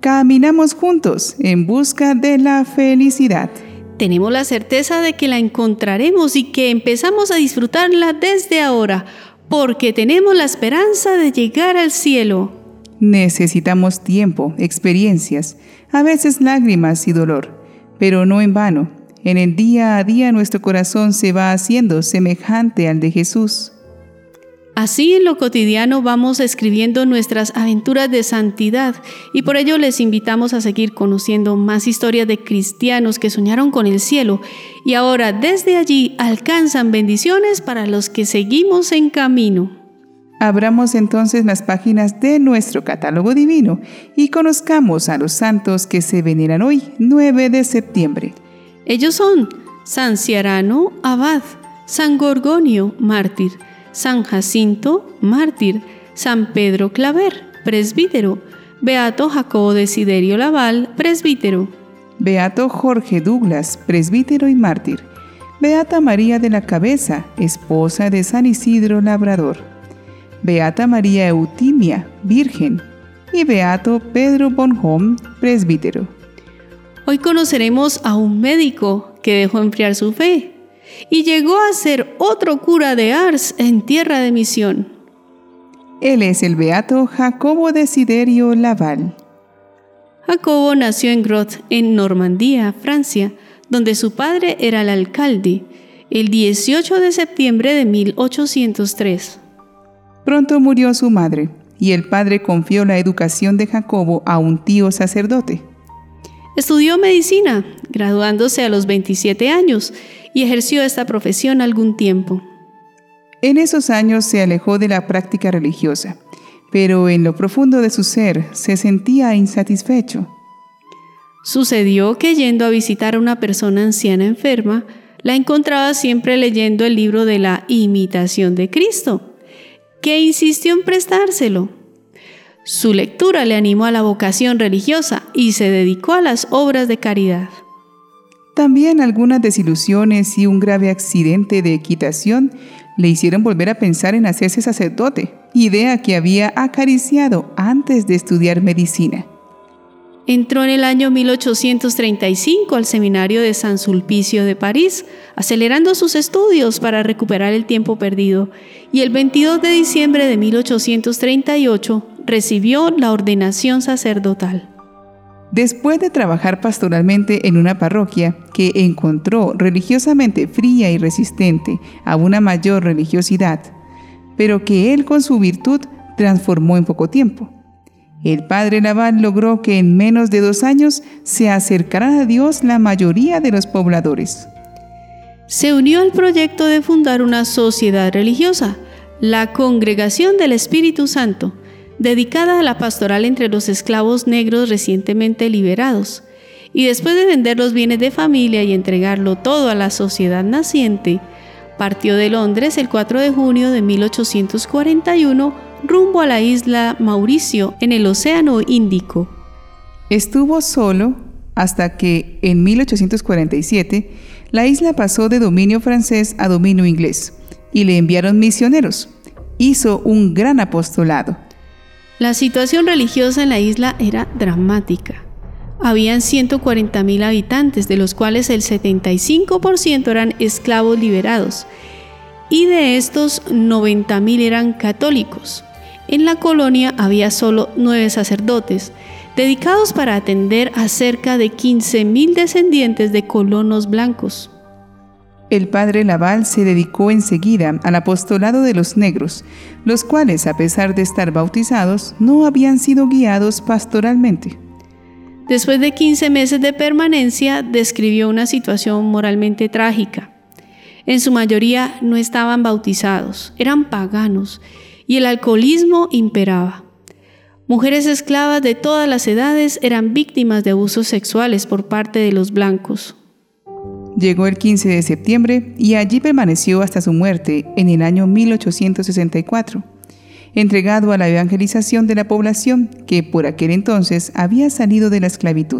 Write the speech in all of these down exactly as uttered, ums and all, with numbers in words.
Caminamos juntos en busca de la felicidad. Tenemos la certeza de que la encontraremos y que empezamos a disfrutarla desde ahora, porque tenemos la esperanza de llegar al cielo. Necesitamos tiempo, experiencias, a veces lágrimas y dolor, pero no en vano. En el día a día nuestro corazón se va haciendo semejante al de Jesús. Así en lo cotidiano vamos escribiendo nuestras aventuras de santidad y por ello les invitamos a seguir conociendo más historias de cristianos que soñaron con el cielo y ahora desde allí alcanzan bendiciones para los que seguimos en camino. Abramos entonces las páginas de nuestro catálogo divino y conozcamos a los santos que se veneran hoy, nueve de septiembre. Ellos son San Ciarano, abad, San Gorgonio, mártir, San Jacinto, mártir, San Pedro Claver, presbítero, Beato Jacobo Desiderio Laval, presbítero, Beato Jorge Douglas, presbítero y mártir, Beata María de la Cabeza, esposa de San Isidro Labrador, Beata María Eutimia, virgen, y Beato Pedro Bonhomme, presbítero. Hoy conoceremos a un médico que dejó enfriar su fe y llegó a ser otro cura de Ars en tierra de misión. Él es el Beato Jacobo Desiderio Laval. Jacobo nació en Grotte, en Normandía, Francia, donde su padre era el alcalde, el dieciocho de septiembre de mil ochocientos tres. Pronto murió su madre, y el padre confió la educación de Jacobo a un tío sacerdote. Estudió medicina, graduándose a los veintisiete años, y ejerció esta profesión algún tiempo. En esos años se alejó de la práctica religiosa, pero en lo profundo de su ser se sentía insatisfecho. Sucedió que yendo a visitar a una persona anciana enferma, la encontraba siempre leyendo el libro de la Imitación de Cristo, que insistió en prestárselo. Su lectura le animó a la vocación religiosa y se dedicó a las obras de caridad. También algunas desilusiones y un grave accidente de equitación le hicieron volver a pensar en hacerse sacerdote, idea que había acariciado antes de estudiar medicina. Entró en el año mil ochocientos treinta y cinco al seminario de San Sulpicio de París, acelerando sus estudios para recuperar el tiempo perdido, y el veintidós de diciembre de mil ochocientos treinta y ocho recibió la ordenación sacerdotal. Después de trabajar pastoralmente en una parroquia que encontró religiosamente fría y resistente a una mayor religiosidad, pero que él con su virtud transformó en poco tiempo, el padre Laval logró que en menos de dos años se acercaran a Dios la mayoría de los pobladores. Se unió al proyecto de fundar una sociedad religiosa, la Congregación del Espíritu Santo, dedicada a la pastoral entre los esclavos negros recientemente liberados, y después de vender los bienes de familia y entregarlo todo a la sociedad naciente, partió de Londres el cuatro de junio de mil ochocientos cuarenta y uno rumbo a la isla Mauricio en el Océano Índico. Estuvo solo hasta que en mil ochocientos cuarenta y siete la isla pasó de dominio francés a dominio inglés y le enviaron misioneros. Hizo un gran apostolado. La situación religiosa en la isla era dramática. Habían ciento cuarenta mil habitantes, de los cuales el setenta y cinco por ciento eran esclavos liberados, y de estos noventa mil eran católicos. En la colonia había solo nueve sacerdotes, dedicados para atender a cerca de quince mil descendientes de colonos blancos. El padre Laval se dedicó enseguida al apostolado de los negros, los cuales, a pesar de estar bautizados, no habían sido guiados pastoralmente. Después de quince meses de permanencia, describió una situación moralmente trágica. En su mayoría no estaban bautizados, eran paganos, y el alcoholismo imperaba. Mujeres esclavas de todas las edades eran víctimas de abusos sexuales por parte de los blancos. Llegó el quince de septiembre y allí permaneció hasta su muerte en el año mil ochocientos sesenta y cuatro, entregado a la evangelización de la población que por aquel entonces había salido de la esclavitud.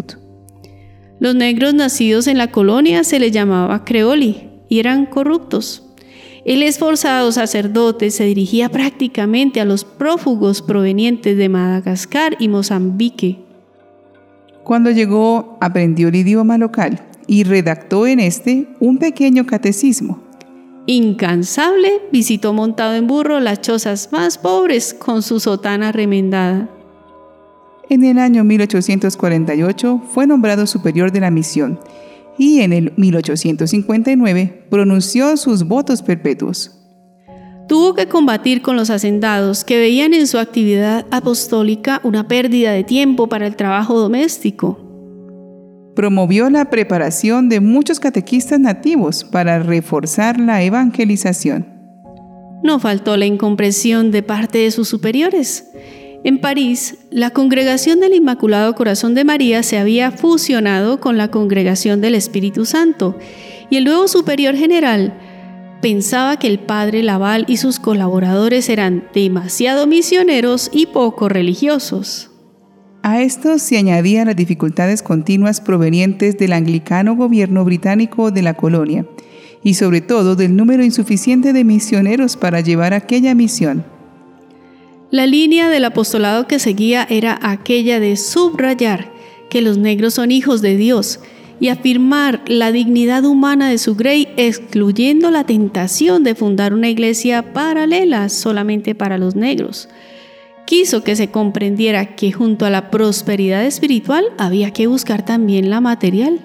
Los negros nacidos en la colonia se les llamaba creoli y eran corruptos. El esforzado sacerdote se dirigía prácticamente a los prófugos provenientes de Madagascar y Mozambique. Cuando llegó, aprendió el idioma local y redactó en este un pequeño catecismo. Incansable, visitó montado en burro las chozas más pobres con su sotana remendada. En el año mil ochocientos cuarenta y ocho fue nombrado superior de la misión y en el mil ochocientos cincuenta y nueve pronunció sus votos perpetuos. Tuvo que combatir con los hacendados que veían en su actividad apostólica una pérdida de tiempo para el trabajo doméstico. Promovió la preparación de muchos catequistas nativos para reforzar la evangelización. No faltó la incomprensión de parte de sus superiores. En París, la Congregación del Inmaculado Corazón de María se había fusionado con la Congregación del Espíritu Santo y el nuevo superior general pensaba que el padre Laval y sus colaboradores eran demasiado misioneros y poco religiosos. A esto se añadían las dificultades continuas provenientes del anglicano gobierno británico de la colonia y sobre todo del número insuficiente de misioneros para llevar aquella misión. La línea del apostolado que seguía era aquella de subrayar que los negros son hijos de Dios y afirmar la dignidad humana de su grey, excluyendo la tentación de fundar una iglesia paralela solamente para los negros. Quiso que se comprendiera que junto a la prosperidad espiritual había que buscar también la material.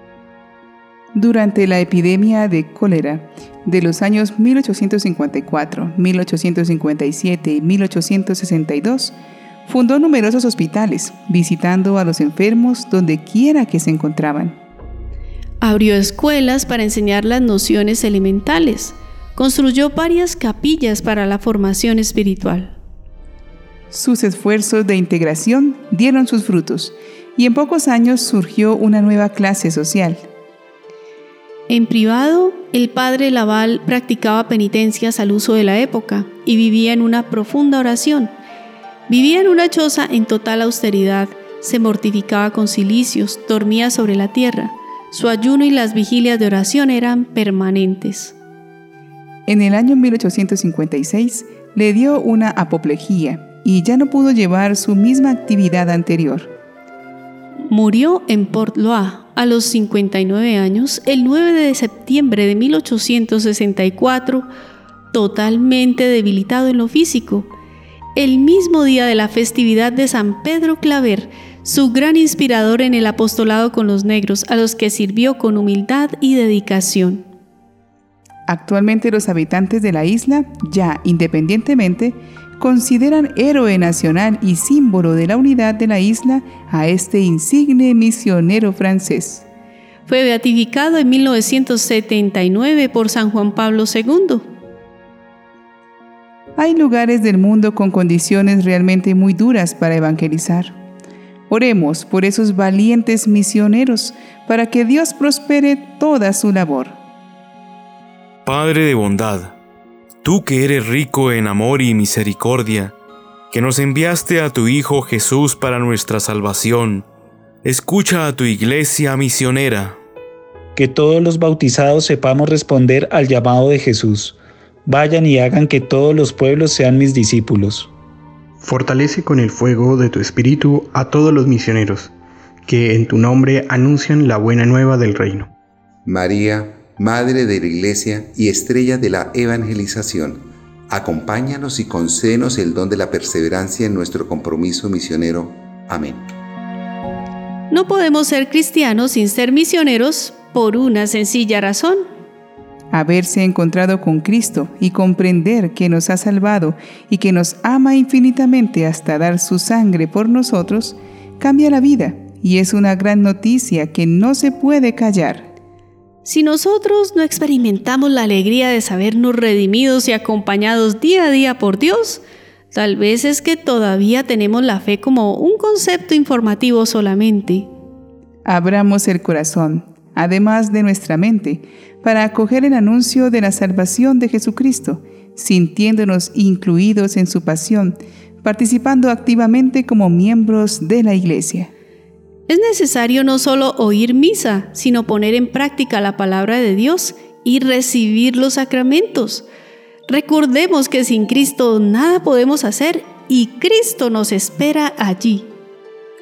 Durante la epidemia de cólera de los años mil ochocientos cincuenta y cuatro, mil ochocientos cincuenta y siete y mil ochocientos sesenta y dos, fundó numerosos hospitales, visitando a los enfermos donde quiera que se encontraban. Abrió escuelas para enseñar las nociones elementales. Construyó varias capillas para la formación espiritual. Sus esfuerzos de integración dieron sus frutos y en pocos años surgió una nueva clase social. En privado, el padre Laval practicaba penitencias al uso de la época y vivía en una profunda oración. Vivía en una choza en total austeridad, se mortificaba con cilicios, dormía sobre la tierra. Su ayuno y las vigilias de oración eran permanentes. En el año mil ochocientos cincuenta y seis le dio una apoplejía y ya no pudo llevar su misma actividad anterior. Murió en Port-Louis a los cincuenta y nueve años el nueve de septiembre de mil ochocientos sesenta y cuatro, totalmente debilitado en lo físico. El mismo día de la festividad de San Pedro Claver, su gran inspirador en el apostolado con los negros, a los que sirvió con humildad y dedicación. Actualmente los habitantes de la isla, ya independientemente, consideran héroe nacional y símbolo de la unidad de la isla a este insigne misionero francés. Fue beatificado en mil novecientos setenta y nueve por San Juan Pablo segundo. Hay lugares del mundo con condiciones realmente muy duras para evangelizar. Oremos por esos valientes misioneros para que Dios prospere toda su labor. Padre de bondad, tú que eres rico en amor y misericordia, que nos enviaste a tu Hijo Jesús para nuestra salvación, escucha a tu iglesia misionera. Que todos los bautizados sepamos responder al llamado de Jesús. Vayan y hagan que todos los pueblos sean mis discípulos. Fortalece con el fuego de tu espíritu a todos los misioneros, que en tu nombre anuncian la buena nueva del reino. María, Madre de la Iglesia y estrella de la evangelización, acompáñanos y concédenos el don de la perseverancia en nuestro compromiso misionero. Amén. No podemos ser cristianos sin ser misioneros por una sencilla razón. Haberse encontrado con Cristo y comprender que nos ha salvado y que nos ama infinitamente hasta dar su sangre por nosotros, cambia la vida y es una gran noticia que no se puede callar. Si nosotros no experimentamos la alegría de sabernos redimidos y acompañados día a día por Dios, tal vez es que todavía tenemos la fe como un concepto informativo solamente. Abramos el corazón, además de nuestra mente, para acoger el anuncio de la salvación de Jesucristo, sintiéndonos incluidos en su pasión, participando activamente como miembros de la Iglesia. Es necesario no solo oír misa, sino poner en práctica la palabra de Dios y recibir los sacramentos. Recordemos que sin Cristo nada podemos hacer y Cristo nos espera allí.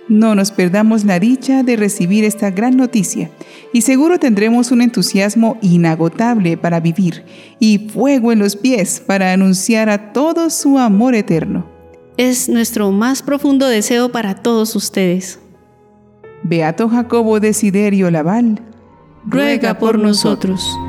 No nos perdamos la dicha de recibir esta gran noticia y seguro tendremos un entusiasmo inagotable para vivir y fuego en los pies para anunciar a todos su amor eterno. Es nuestro más profundo deseo para todos ustedes. Beato Jacobo Desiderio Laval, ruega por nosotros.